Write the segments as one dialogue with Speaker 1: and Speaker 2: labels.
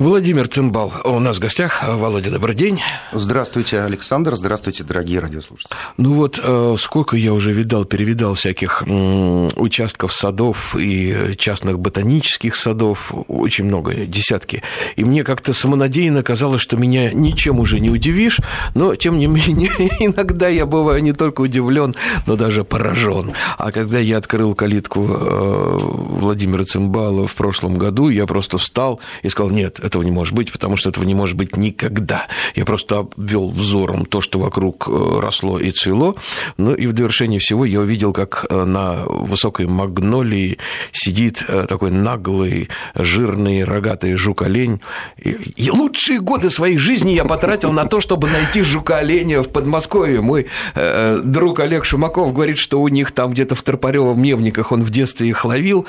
Speaker 1: Владимир Цымбал у нас в гостях. Володя, добрый день.
Speaker 2: Здравствуйте, Александр. Здравствуйте, дорогие радиослушатели.
Speaker 1: Ну вот, сколько я уже перевидал всяких участков садов и частных ботанических садов, очень много, десятки. И мне как-то самонадеянно казалось, что меня ничем уже не удивишь, но, тем не менее, иногда я бываю не только удивлен, но даже поражен. А когда я открыл калитку Владимира Цымбала в прошлом году, я просто встал и сказал: нет, этого не может быть, потому что этого не может быть никогда. Я просто обвел взором то, что вокруг росло и цвело, ну и в довершении всего я увидел, как на высокой магнолии сидит такой наглый, жирный, рогатый жук-олень. И лучшие годы своей жизни я потратил на то, чтобы найти жука-оленя в Подмосковье. Мой друг Олег Шумаков говорит, что у них там где-то в Торпарёво-Мневниках он в детстве их ловил.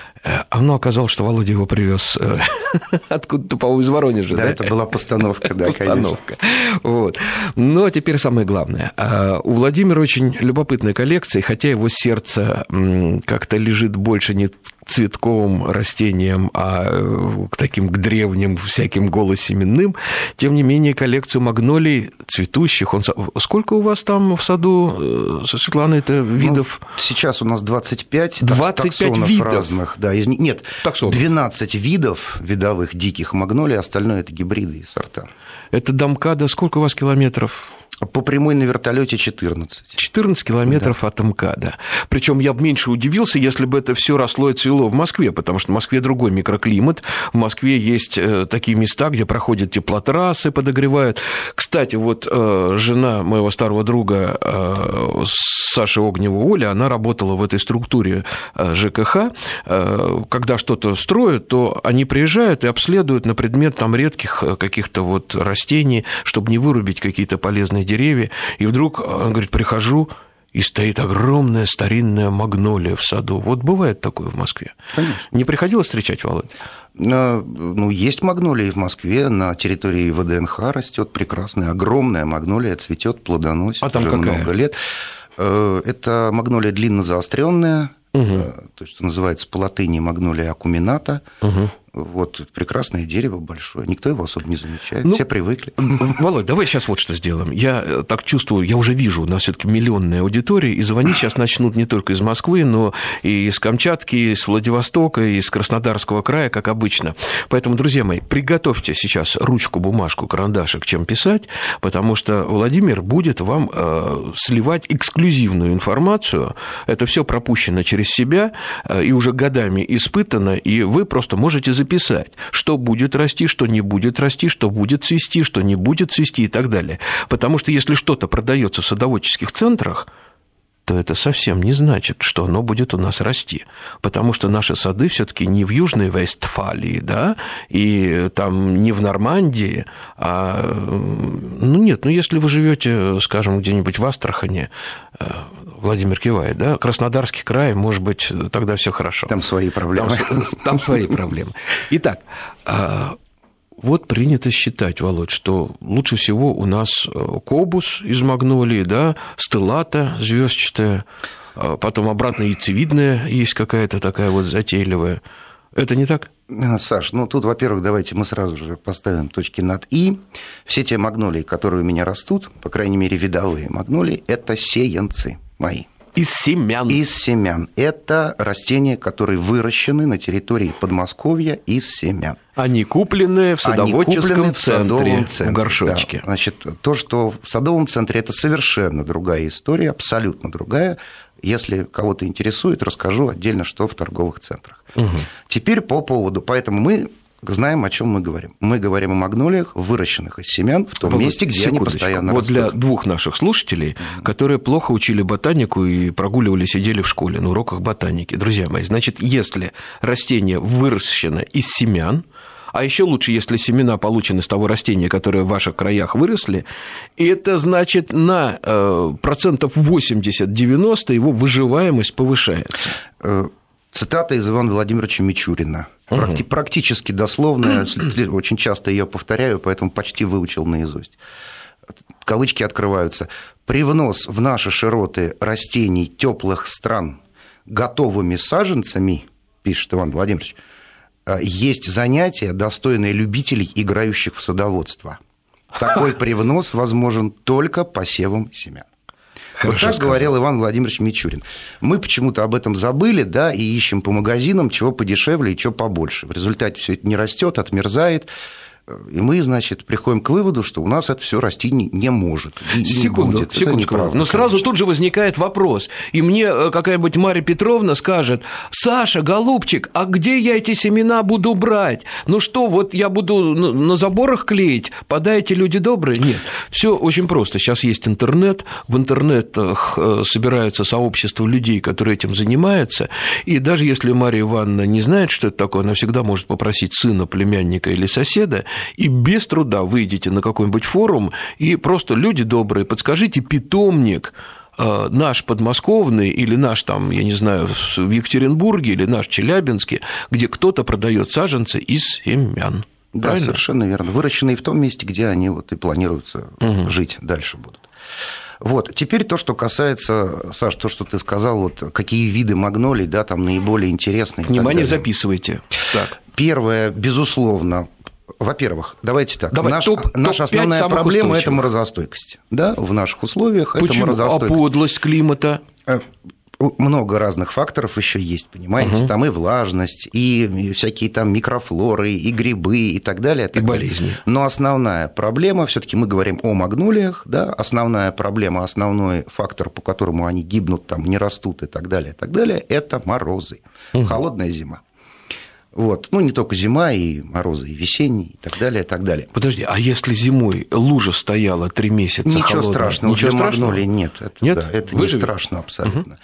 Speaker 1: Но оказалось, что Володя его привез откуда-то, по-моему, из Воронежа.
Speaker 2: Да, это была постановка, да,
Speaker 1: постановка. Вот. Но теперь самое главное. У Владимира очень любопытная коллекция, хотя его сердце как-то лежит больше не к цветковым растениям, а к таким к древним всяким голосеменным. Тем не менее, коллекцию магнолий цветущих. Сколько у вас там в саду, Светлана, видов?
Speaker 2: Ну, сейчас у нас 25
Speaker 1: видов
Speaker 2: разных. Да, нет,
Speaker 1: таксонов.
Speaker 2: 12 видов видовых диких магнолий, остальное это гибриды и сорта.
Speaker 1: Это Домкада, сколько у вас километров?
Speaker 2: По прямой на вертолете 14.
Speaker 1: 14 километров, да, от МКАДа. Причем я бы меньше удивился, если бы это все росло и цвело в Москве, потому что в Москве другой микроклимат. В Москве есть такие места, где проходят теплотрассы, подогревают. Кстати, вот жена моего старого друга Саши Огнева Оля, она работала в этой структуре ЖКХ. Когда что-то строят, то они приезжают и обследуют на предмет там редких каких-то вот растений, чтобы не вырубить какие-то полезные деревья, и вдруг, он говорит, прихожу, и стоит огромная старинная магнолия в саду. Вот бывает такое в Москве?
Speaker 2: Конечно.
Speaker 1: Не приходилось встречать, Володя?
Speaker 2: Ну, есть магнолии в Москве, на территории ВДНХ растет прекрасная, огромная магнолия, цветет, плодоносит
Speaker 1: уже какая?
Speaker 2: Много лет. Это магнолия длинно заостренная, то, что называется по латыни магнолия акумината. Вот, прекрасное дерево большое, никто его особо не замечает, все привыкли.
Speaker 1: Володь, давай сейчас вот что сделаем. Я так чувствую, я уже вижу, у нас все-таки миллионная аудитория, и звонить сейчас начнут не только из Москвы, но и из Камчатки, и из Владивостока, и из Краснодарского края, как обычно. Поэтому, друзья мои, приготовьте сейчас ручку, бумажку, карандашик, чем писать, потому что Владимир будет вам сливать эксклюзивную информацию. Это все пропущено через себя и уже годами испытано, и вы просто можете записать, что будет расти, что не будет расти, что будет цвести, что не будет цвести и так далее. Потому что если что-то продается в садоводческих центрах, то это совсем не значит, что оно будет у нас расти. Потому что наши сады все-таки не в Южной Вестфалии, да, и там не в Нормандии, а, если вы живете, скажем, где-нибудь в Астрахани, Владимир кивает, да, Краснодарский край, может быть, тогда все хорошо.
Speaker 2: Там свои проблемы.
Speaker 1: Там свои проблемы. Итак, вот принято считать, Володь, что лучше всего у нас кобус из магнолии, да, стеллата звездчатая, потом обратно яйцевидная есть какая-то такая вот затейливая. Это не так?
Speaker 2: Саш, тут, во-первых, давайте мы сразу же поставим точки над «и». Все те магнолии, которые у меня растут, по крайней мере, видовые магнолии, это сеянцы мои.
Speaker 1: Из семян.
Speaker 2: Из семян. Это растения, которые выращены на территории Подмосковья из семян.
Speaker 1: Они куплены в садоводческом центре, в горшочке.
Speaker 2: Да. Значит, то, что в садовом центре, это совершенно другая история, абсолютно другая. Если кого-то интересует, расскажу отдельно, что в торговых центрах. Теперь по поводу... Поэтому мы знаем, о чем мы говорим. Мы говорим о магнолиях, выращенных из семян в том месте, где они постоянно растут.
Speaker 1: Вот для двух наших слушателей, которые плохо учили ботанику и прогуливали, сидели в школе на уроках ботаники. Друзья мои, значит, если растение выращено из семян, а еще лучше, если семена получены с того растения, которое в ваших краях выросли, и это значит на 80-90% его выживаемость повышается.
Speaker 2: Цитата из Ивана Владимировича Мичурина. Практически дословная, очень часто ее повторяю, поэтому почти выучил наизусть. Кавычки открываются. «Привнос в наши широты растений теплых стран готовыми саженцами, пишет Иван Владимирович, есть занятия, достойные любителей, играющих в садоводство. Такой привнос возможен только посевом семян.
Speaker 1: Хорошо
Speaker 2: вот так
Speaker 1: сказал.
Speaker 2: Говорил Иван Владимирович Мичурин. Мы почему-то об этом забыли, да, и ищем по магазинам, чего подешевле и чего побольше. В результате все это не растет, отмерзает. И мы, значит, приходим к выводу, что у нас это все расти не может.
Speaker 1: Секундочку. Но сразу тут же возникает вопрос. И мне какая-нибудь Марья Петровна скажет: Саша, голубчик, а где я эти семена буду брать? Ну что, вот я буду на заборах клеить? Подайте, люди добрые? Нет. Все очень просто. Сейчас есть интернет. В интернетах собирается сообщество людей, которые этим занимаются. И даже если Марья Ивановна не знает, что это такое, она всегда может попросить сына, племянника или соседа, и без труда выйдете на какой-нибудь форум, и просто, люди добрые, подскажите питомник наш подмосковный или наш там, я не знаю, в Екатеринбурге или наш в Челябинске, где кто-то продает саженцы из семян.
Speaker 2: Да, правильно? Совершенно верно. Выращенные в том месте, где они вот и планируются жить дальше будут. Вот. Теперь то, что касается, Саш, то, что ты сказал, вот какие виды магнолий, да, там наиболее интересные.
Speaker 1: Внимание, записывайте.
Speaker 2: Так. Первое, безусловно, во-первых, давайте так. Наша основная проблема – это морозостойкость. Да, в наших условиях это морозостойкость.
Speaker 1: А подлость климата?
Speaker 2: Много разных факторов еще есть, понимаете? Там и влажность, и всякие там микрофлоры, и грибы, и так далее.
Speaker 1: И болезни.
Speaker 2: Но основная проблема, все-таки мы говорим о магнолиях, да, основная проблема, основной фактор, по которому они гибнут, там, не растут и так далее, это морозы. Холодная зима. Вот. Ну, не только зима, и морозы, и весенние, и так далее, и так далее.
Speaker 1: Подожди, а если зимой лужа стояла 3 месяца
Speaker 2: ничего
Speaker 1: холодная?
Speaker 2: Страшного.
Speaker 1: Ничего
Speaker 2: для
Speaker 1: страшного?
Speaker 2: Магнолии нет.
Speaker 1: Нет?
Speaker 2: Да, это не страшно абсолютно.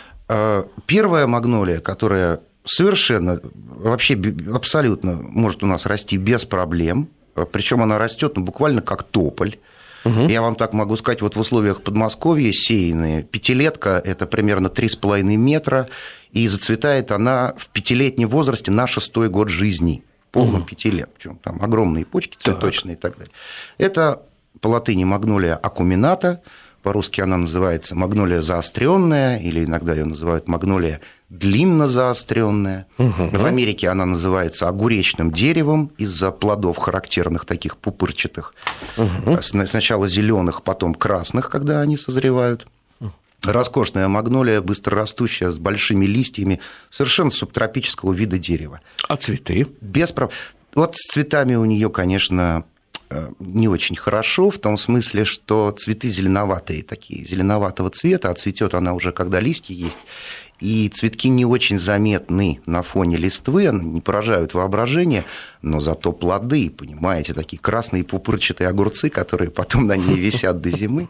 Speaker 2: Первая магнолия, которая совершенно, вообще абсолютно может у нас расти без проблем, причем она растет буквально как тополь. Я вам так могу сказать, вот в условиях Подмосковья сеянные пятилетка – это примерно 3,5 метра, и зацветает она в 5-летнем возрасте на 6-й год жизни, полным 5 лет, причем там огромные почки цветочные и так далее. Это по латыни магнолия акумината, по-русски она называется магнолия заостренная, или иногда ее называют магнолия длинно заостренная. В Америке она называется огуречным деревом из-за плодов характерных таких пупырчатых. Сначала зеленых, потом красных, когда они созревают. Роскошная магнолия, быстрорастущая, с большими листьями, совершенно субтропического вида дерева.
Speaker 1: А цветы?
Speaker 2: Без прав. Вот с цветами у нее, конечно, не очень хорошо, в том смысле, что цветы зеленоватые такие, зеленоватого цвета, а цветет она уже, когда листья есть, и цветки не очень заметны на фоне листвы, они не поражают воображение, но зато плоды, понимаете, такие красные пупырчатые огурцы, которые потом на ней висят до зимы.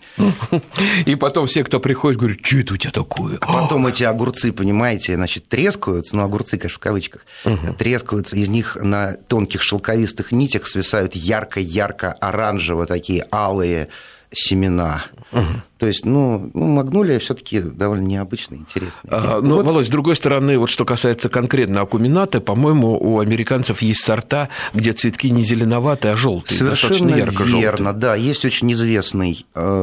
Speaker 1: И потом все, кто приходит, говорят: что это у тебя такое?
Speaker 2: А потом эти огурцы, понимаете, значит, трескаются, ну, огурцы, конечно, в кавычках, трескаются, из них на тонких шелковистых нитях свисают ярко-ярко-оранжево такие алые семена. То есть, магнолия все-таки довольно необычная, интересная.
Speaker 1: Но, Володь, с другой стороны, вот что касается конкретно акумината, по-моему, у американцев есть сорта, где цветки не зеленоватые, а желтые, достаточно ярко-желтые.
Speaker 2: Верно, да. Есть очень известный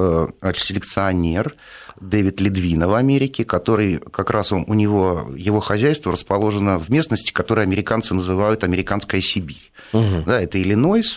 Speaker 2: селекционер Дэвид Ледвино в Америке, который как раз у него, его хозяйство расположено в местности, которую американцы называют «Американская Сибирь». Да, это Иллинойс.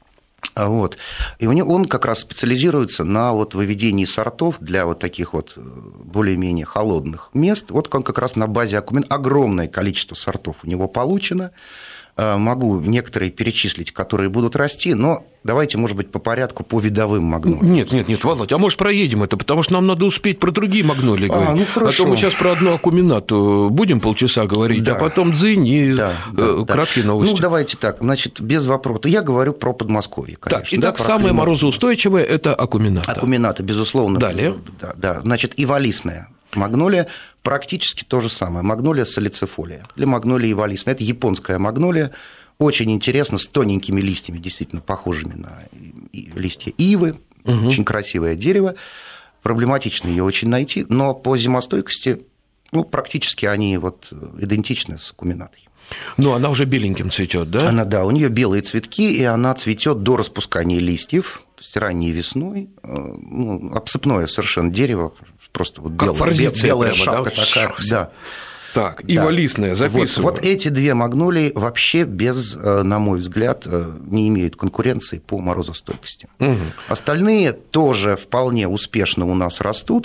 Speaker 2: Вот. И он как раз специализируется на вот выведении сортов для вот таких вот более-менее холодных мест. Вот он как раз на базе акумината. Огромное количество сортов у него получено. Могу некоторые перечислить, которые будут расти, но давайте, может быть, по порядку, по видовым магнолиям.
Speaker 1: Нет, Володь, а может, проедем это, потому что нам надо успеть про другие магнолии говорить.
Speaker 2: Ну,
Speaker 1: а то мы сейчас про одну акуминату будем полчаса говорить, да. А потом дзынь и краткие новости.
Speaker 2: Ну, давайте так, значит, без вопроса. Я говорю про Подмосковье, конечно.
Speaker 1: Итак, самое морозоустойчивое – это акумината.
Speaker 2: Акумината, безусловно.
Speaker 1: Далее.
Speaker 2: Да. Значит, иволистная магнолия практически то же самое. Магнолия салицифолия. Для магнолии иволистная. Это японская магнолия. Очень интересно, с тоненькими листьями, действительно похожими на листья ивы. Очень красивое дерево. Проблематично ее очень найти, но по зимостойкости практически они идентичны с акуминатой.
Speaker 1: Но она уже беленьким цветет, да?
Speaker 2: У нее белые цветки, и она цветет до распускания листьев, то есть ранней весной. Обсыпное совершенно дерево, просто белая шапка такая. Да.
Speaker 1: Так, иволистная, записываю.
Speaker 2: Вот эти две магнолии вообще на мой взгляд, не имеют конкуренции по морозостойкости. Угу. Остальные тоже вполне успешно у нас растут.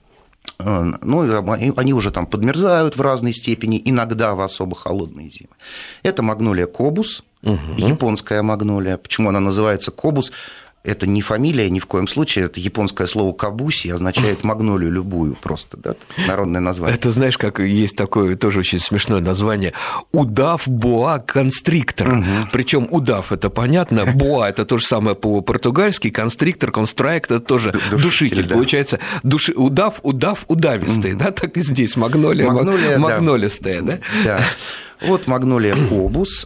Speaker 2: Ну, они уже там подмерзают в разной степени, иногда в особо холодные зимы. Это магнолия кобус, японская магнолия. Почему она называется кобус? Это не фамилия ни в коем случае, это японское слово кабуси, означает магнолию любую просто, да, народное название.
Speaker 1: Это, знаешь, как есть такое тоже очень смешное название удав боа констриктор. Причем удав это понятно, боа это то же самое по-португальски, констриктор, констрайк это тоже душитель. Да. Получается, удав, удавистый, да, так и здесь магнолистая, да?
Speaker 2: Да. Вот магнолия кобус,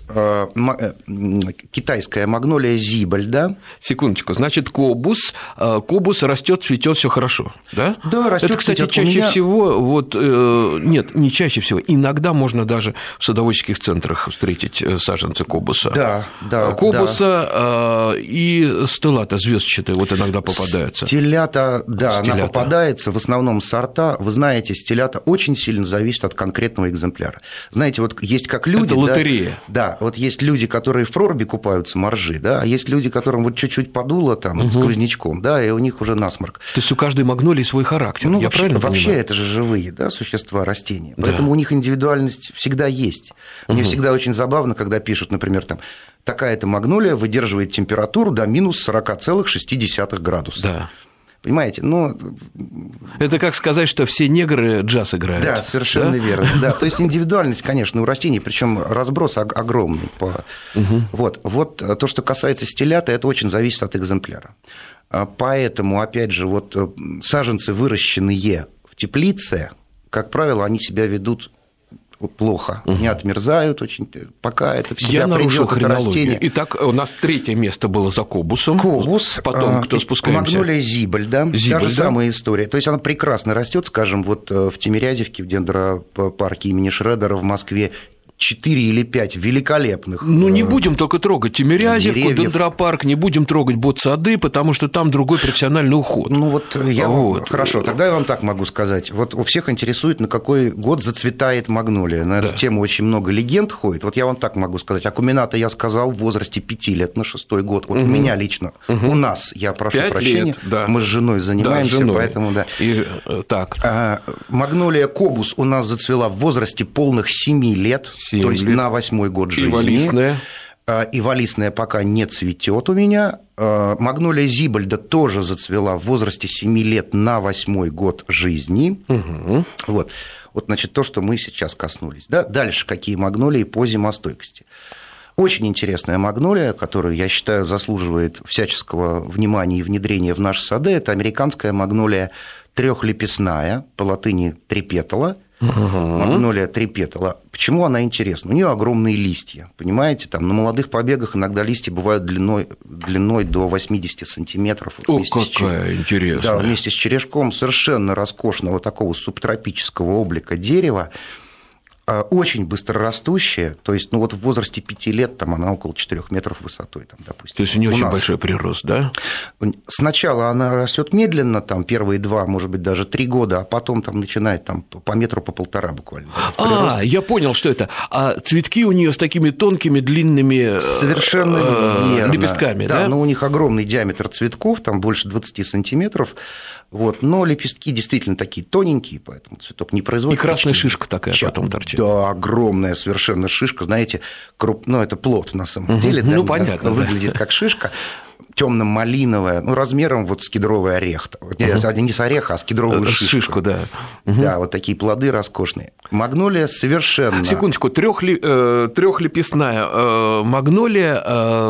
Speaker 2: китайская магнолия зибальда.
Speaker 1: Секундочку, значит, кобус растет, цветет, все хорошо, да?
Speaker 2: Да, растет.
Speaker 1: Это, кстати, чаще всего, вот, нет, не чаще всего, иногда можно даже в садоводческих центрах встретить саженцы кобуса.
Speaker 2: Да.
Speaker 1: Кобуса и стеллата звездчатая вот иногда попадаются.
Speaker 2: Стеллята, да, она попадается, в основном сорта. Вы знаете, стеллята очень сильно зависит от конкретного экземпляра. Знаете, вот есть как люди...
Speaker 1: Это лотерея.
Speaker 2: Да, вот есть люди, которые в проруби купаются моржи, да, а есть люди, которым вот чуть-чуть подуло там сквознячком, да, и у них уже насморк.
Speaker 1: То есть у каждой магнолии свой характер,
Speaker 2: ну,
Speaker 1: я правильно понимаю?
Speaker 2: Вообще это же живые, да, существа, растения, поэтому у них индивидуальность всегда есть. Мне всегда очень забавно, когда пишут, например, там, такая-то магнолия выдерживает температуру до минус 40,6 градуса.
Speaker 1: Да.
Speaker 2: Понимаете, ну...
Speaker 1: Это как сказать, что все негры джаз играют.
Speaker 2: Да, совершенно верно. Да, то есть индивидуальность, конечно, у растений, причем разброс огромный. Вот то, что касается стеляты, это очень зависит от экземпляра. Поэтому, опять же, вот саженцы, выращенные в теплице, как правило, они себя ведут плохо, не отмерзают очень, пока это в себя придёт, это растение.
Speaker 1: Итак, у нас третье место было за кобусом.
Speaker 2: Кобус,
Speaker 1: потом кто спускаемся?
Speaker 2: Магнолия зибальда, та же самая история. То есть она прекрасно растет, скажем, вот в Тимирязевке, в дендропарке имени Шредера в Москве 4 или 5 великолепных.
Speaker 1: Ну, не будем только трогать Тимирязевку,
Speaker 2: деревьев.
Speaker 1: Дендропарк, не будем трогать ботсады, потому что там другой профессиональный уход.
Speaker 2: Ну, вот я... Хорошо, тогда я вам так могу сказать. Вот у всех интересует, на какой год зацветает магнолия. На эту тему очень много легенд ходит. Вот я вам так могу сказать. Акумината я сказал в возрасте 5 лет на 6-й год. Вот у меня лично, у нас, я прошу прощения, мы с женой занимаемся, поэтому, да.
Speaker 1: Так.
Speaker 2: Магнолия кобус у нас зацвела в возрасте полных 7 лет. То есть на 8-й год жизни.
Speaker 1: Иволистная.
Speaker 2: Иволистная пока не цветет у меня. Магнолия зибальда тоже зацвела в возрасте 7 лет на 8-й год жизни. Вот, значит, то, что мы сейчас коснулись. Да? Дальше какие магнолии по зимостойкости. Очень интересная магнолия, которую, я считаю, заслуживает всяческого внимания и внедрения в наши сады, это американская магнолия трехлепестная, по латыни трипетала. Магнолия трипетала. Почему она интересна? У нее огромные листья, понимаете? Там на молодых побегах иногда листья бывают длиной до 80 сантиметров.
Speaker 1: О, какая интересная.
Speaker 2: Да, вместе с черешком совершенно роскошного такого субтропического облика дерева. Очень быстрорастущая, то есть, ну вот в возрасте 5 лет там она около 4 метров высотой, там, допустим.
Speaker 1: То есть у нее очень большой прирост, да?
Speaker 2: Сначала она растет медленно, там первые 2, может быть, даже 3 года, а потом там начинает там, по метру, по 1,5 буквально.
Speaker 1: Я понял, что это. А цветки у нее с такими тонкими, длинными
Speaker 2: совершенно
Speaker 1: лепестками, да?
Speaker 2: Да, но у них огромный диаметр цветков, там больше 20 сантиметров. Вот, но лепестки действительно такие тоненькие, поэтому цветок не производит.
Speaker 1: И красная шишка такая потом торчит.
Speaker 2: Да, огромная совершенно шишка, знаете, это плод на самом деле.
Speaker 1: Ну, понятно.
Speaker 2: Выглядит как шишка. Темно-малиновая, ну, размером вот с кедровый орех. Не с ореха, а с кедровую шишку.
Speaker 1: Шишку, да.
Speaker 2: Да, вот такие плоды роскошные. Магнолия совершенно...
Speaker 1: Секундочку, трехлепестная магнолия,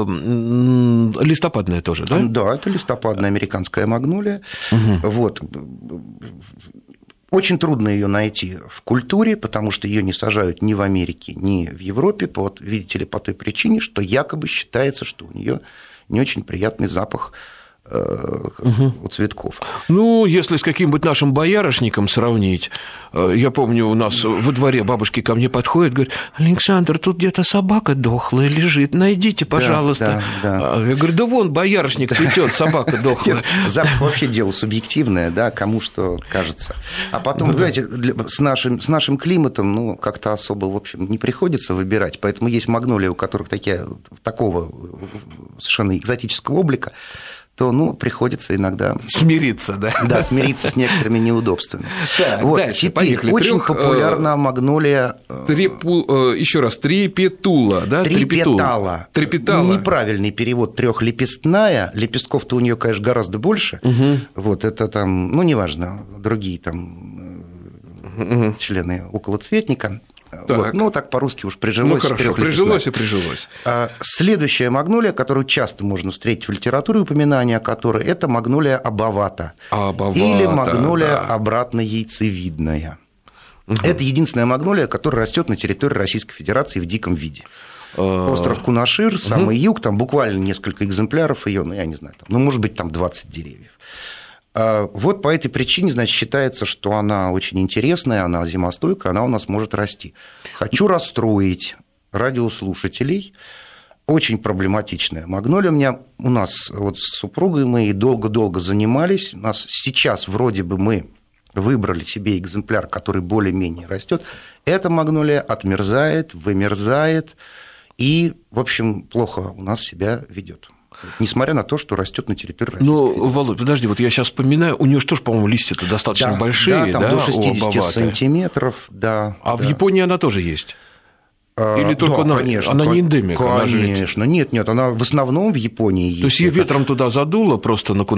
Speaker 1: листопадная тоже, да?
Speaker 2: Да, это листопадная американская магнолия. Вот. Очень трудно ее найти в культуре, потому что ее не сажают ни в Америке, ни в Европе, видите ли, по той причине, что якобы считается, что у нее не очень приятный запах у цветков.
Speaker 1: Ну, если с каким-нибудь нашим боярышником сравнить, я помню, у нас во дворе бабушки ко мне подходят, говорят: Александр, тут где-то собака дохлая лежит, найдите, пожалуйста. Да. Я говорю: да вон боярышник цветет, собака дохлая.
Speaker 2: Запах вообще дело субъективное, да, кому что кажется. А потом, знаете, с нашим климатом, ну, как-то особо, в общем, не приходится выбирать, поэтому есть магнолии, у которых такого совершенно экзотического облика, то, ну, приходится иногда...
Speaker 1: Смириться, да?
Speaker 2: Да, смириться с некоторыми неудобствами.
Speaker 1: Так, вот, дальше, поехали.
Speaker 2: Очень популярна магнолия...
Speaker 1: Еще раз, трепетула, да?
Speaker 2: Трепетала. Неправильный перевод, трехлепестная. Лепестков-то у нее, конечно, гораздо больше. Вот это там, ну, неважно, другие там члены околоцветника. Вот. Ну, так по-русски уж прижилось.
Speaker 1: Ну, хорошо, прижилось.
Speaker 2: Следующая магнолия, которую часто можно встретить в литературе, упоминания о которой, это магнолия обовата. Или магнолия обратно яйцевидная. Это единственная магнолия, которая растет на территории Российской Федерации в диком виде. Остров Кунашир, самый юг, там буквально несколько экземпляров ее, ну, я не знаю, там, ну, может быть, там 20 деревьев. Вот по этой причине, значит, считается, что она очень интересная, она зимостойкая, она у нас может расти. Хочу расстроить радиослушателей. Очень проблематичная магнолия. У нас вот с супругой мы долго-долго занимались. У нас сейчас вроде бы мы выбрали себе экземпляр, который более-менее растет. Эта магнолия отмерзает, вымерзает и, в общем, плохо у нас себя ведет. Несмотря на то, что растет на территории Российской Федерации.
Speaker 1: Ну, Володь, подожди, вот я сейчас вспоминаю, у нее же тоже, по-моему, листья-то достаточно большие,
Speaker 2: да, там до 60 сантиметров, да.
Speaker 1: А в Японии она тоже есть? Или только
Speaker 2: да, конечно,
Speaker 1: она не эндемик?
Speaker 2: Конечно, нет, она в основном в Японии есть.
Speaker 1: То есть ее ветром туда задуло просто на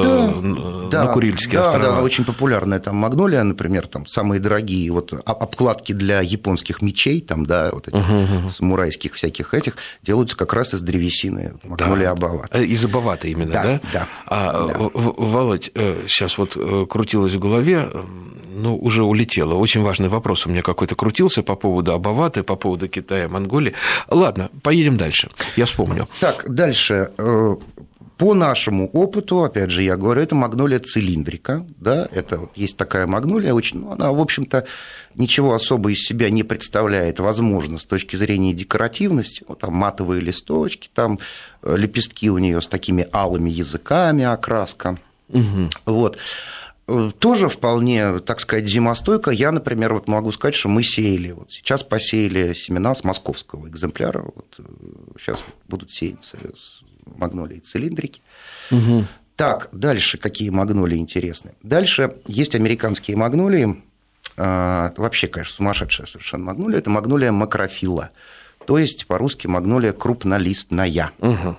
Speaker 1: Курильские острова?
Speaker 2: Да, очень популярная там магнолия, например, там самые дорогие вот обкладки для японских мечей, там, да, вот этих самурайских всяких этих, делаются как раз из древесины, магнолия обовата.
Speaker 1: Из обовата именно, да? Да. Володь, сейчас вот крутилось в голове, ну, уже улетело. Очень важный вопрос у меня какой-то крутился по поводу обоваты, по поводу Китая, Монголии. Ладно, поедем дальше. Я вспомню.
Speaker 2: Так, дальше. По нашему опыту, опять же, я говорю, это магнолия цилиндрика. Да? Это вот есть такая магнолия, она, в общем-то, ничего особо из себя не представляет, возможно, с точки зрения декоративности. Вот там матовые листочки, там лепестки у нее с такими алыми языками, окраска. Вот. Тоже вполне, так сказать, зимостойко. Я, например, вот могу сказать, что мы сеяли, вот сейчас посеяли семена с московского экземпляра, вот сейчас будут сеяться магнолии цилиндрики. Так, дальше какие магнолии интересны? Дальше есть американские магнолии, вообще, конечно, сумасшедшая совершенно магнолия, это магнолия макрофилла, то есть по-русски магнолия крупнолистная.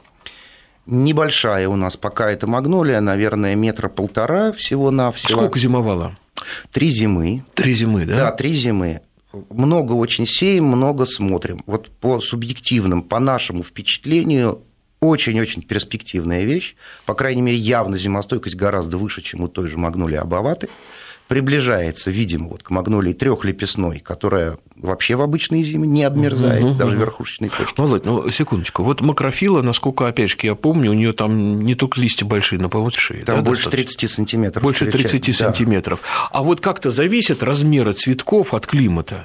Speaker 2: Небольшая у нас пока эта магнолия, наверное, 1,5 метра всего-навсего.
Speaker 1: Сколько зимовала?
Speaker 2: 3 зимы.
Speaker 1: 3 зимы, да?
Speaker 2: Да, 3 зимы. Много очень сеем, много смотрим. Вот по субъективным, по нашему впечатлению, очень-очень перспективная вещь. По крайней мере, явно зимостойкость гораздо выше, чем у той же магнолии обоваты. Приближается, видимо, вот к магнолии трехлепестной, которая вообще в обычные зимы не обмерзает, даже верхушечные почки.
Speaker 1: Володь, ну, секундочку. Вот макрофилла, насколько, опять же, я помню, у нее там не только листья большие, но большие.
Speaker 2: Там больше 30 сантиметров.
Speaker 1: Больше 30 сантиметров. А вот как-то зависит размеры цветков от климата?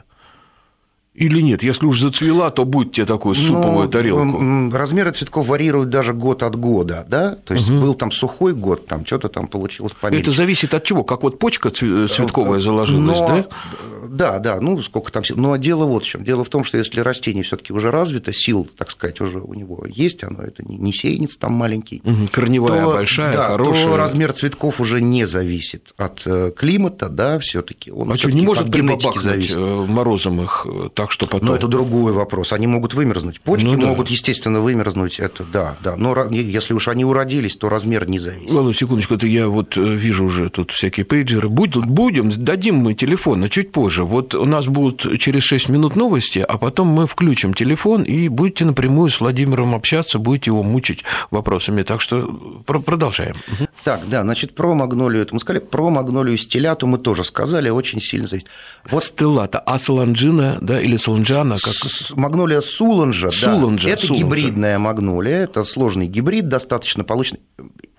Speaker 1: Или нет? Если уж зацвела, то будет тебе такую суповую тарелку.
Speaker 2: Размеры цветков варьируют даже год от года, да? То есть был там сухой год, там что-то там получилось поменьше.
Speaker 1: Это зависит от чего? Как вот почка цветковая заложилась, да?
Speaker 2: Да, ну сколько там сил. Но дело вот в чем. Дело в том, что если растение все-таки уже развито, сил, так сказать, уже у него есть, оно это не сеянец там маленький.
Speaker 1: Корневая большая,
Speaker 2: да,
Speaker 1: хорошая.
Speaker 2: То размер цветков уже не зависит от климата, да, все-таки.
Speaker 1: А что, не может прибабахнуть морозом их так, что потом...
Speaker 2: Но это другой вопрос. Они могут вымерзнуть. Почки могут, естественно, вымерзнуть. Это да. Но если уж они уродились, то размер не зависит.
Speaker 1: Ладно, секундочку, это я вот вижу уже тут всякие пейджеры. Дадим мы телефон, но чуть позже. Вот у нас будут через 6 минут новости, а потом мы включим телефон и будете напрямую с Владимиром общаться, будете его мучить вопросами. Так что продолжаем.
Speaker 2: Так, да, значит, про магнолию это мы сказали. Про магнолию стеллату мы тоже сказали, очень сильно зависит.
Speaker 1: Вот стеллата, а соланджина, да, или соланджана?
Speaker 2: Магнолия суланджа, да, это
Speaker 1: суланджа.
Speaker 2: Гибридная магнолия, это сложный гибрид, достаточно полученный.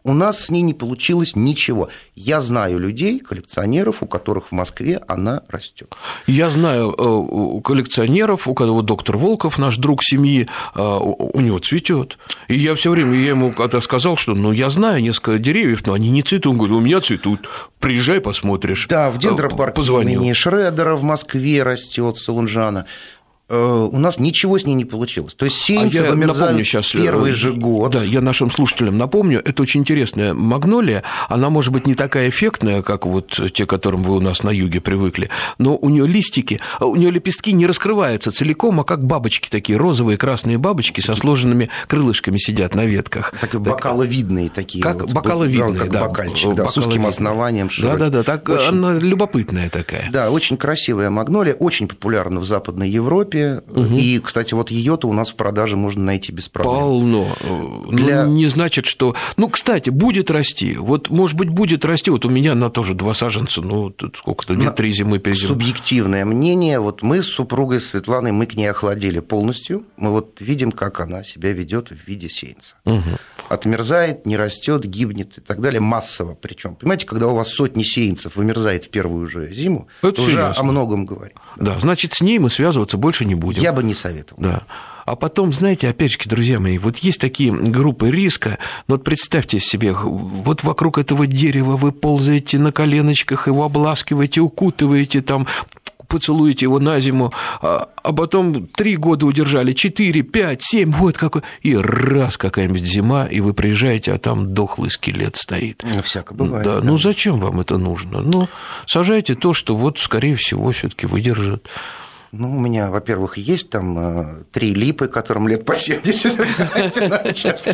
Speaker 2: У нас с ней не получилось ничего. Я знаю людей, коллекционеров, у которых в Москве она растет.
Speaker 1: Я знаю коллекционеров, у кого доктор Волков, наш друг семьи, у него цветет. И я все время ему когда сказал, что я знаю несколько деревьев, но они не цветут. Он говорит, у меня цветут. Приезжай, посмотришь.
Speaker 2: Да, в дендропарке имени Шредера в Москве растет Солунжана. У нас ничего с ней не получилось. То есть сеянцы вымерзают в первый же год.
Speaker 1: Да, я нашим слушателям напомню, это очень интересная магнолия. Она может быть не такая эффектная, как вот те, к которым вы у нас на юге привыкли, но у нее листики, у нее лепестки не раскрываются целиком, а как бабочки такие, розовые красные бабочки со сложенными крылышками сидят на ветках.
Speaker 2: Так, бокаловидные такие.
Speaker 1: Как вот, бокаловидные,
Speaker 2: как бокальчик, да, с узким основанием.
Speaker 1: Да, так очень... она любопытная такая.
Speaker 2: Да, очень красивая магнолия, очень популярна в Западной Европе. И, кстати, вот ее-то у нас в продаже можно найти без проблем.
Speaker 1: Полно. Не значит, что... кстати, будет расти. Вот, может быть, будет расти. Вот у меня она тоже 2 саженца, тут сколько-то, где 3 зимы перезимы.
Speaker 2: Субъективное мнение. Вот мы с супругой Светланой, мы к ней охладили полностью. Мы вот видим, как она себя ведет в виде сеянца. Отмерзает, не растет, гибнет и так далее. Массово причем. Понимаете, когда у вас сотни сеянцев вымерзает в первую же зиму, это уже о многом говорит.
Speaker 1: Да, значит, с ней мы связываться больше не будем.
Speaker 2: Я бы не советовал.
Speaker 1: Да. А потом, знаете, опять же, друзья мои, вот есть такие группы риска, но вот представьте себе, вот вокруг этого дерева вы ползаете на коленочках, его обласкиваете, укутываете там, поцелуете его на зиму, а потом 3 года удержали, 4, 5, 7, вот какой, и раз какая-нибудь зима, и вы приезжаете, а там дохлый скелет стоит.
Speaker 2: Всяко бывает.
Speaker 1: Да,
Speaker 2: да.
Speaker 1: Зачем вам это нужно? Сажайте то, что вот, скорее всего, все-таки выдержит.
Speaker 2: У меня, во-первых, есть там 3 липы, которым лет по 70 на участке.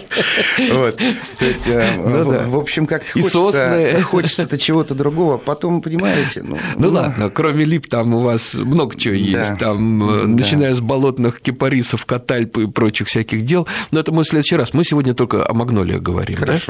Speaker 2: То есть, в общем, как-то хочется чего-то другого. Потом, понимаете...
Speaker 1: ладно, кроме лип там у вас много чего есть. Там, начиная с болотных кипарисов, катальп и прочих всяких дел. Но это мы в следующий раз. Мы сегодня только о магнолиях говорим.
Speaker 2: Хорошо.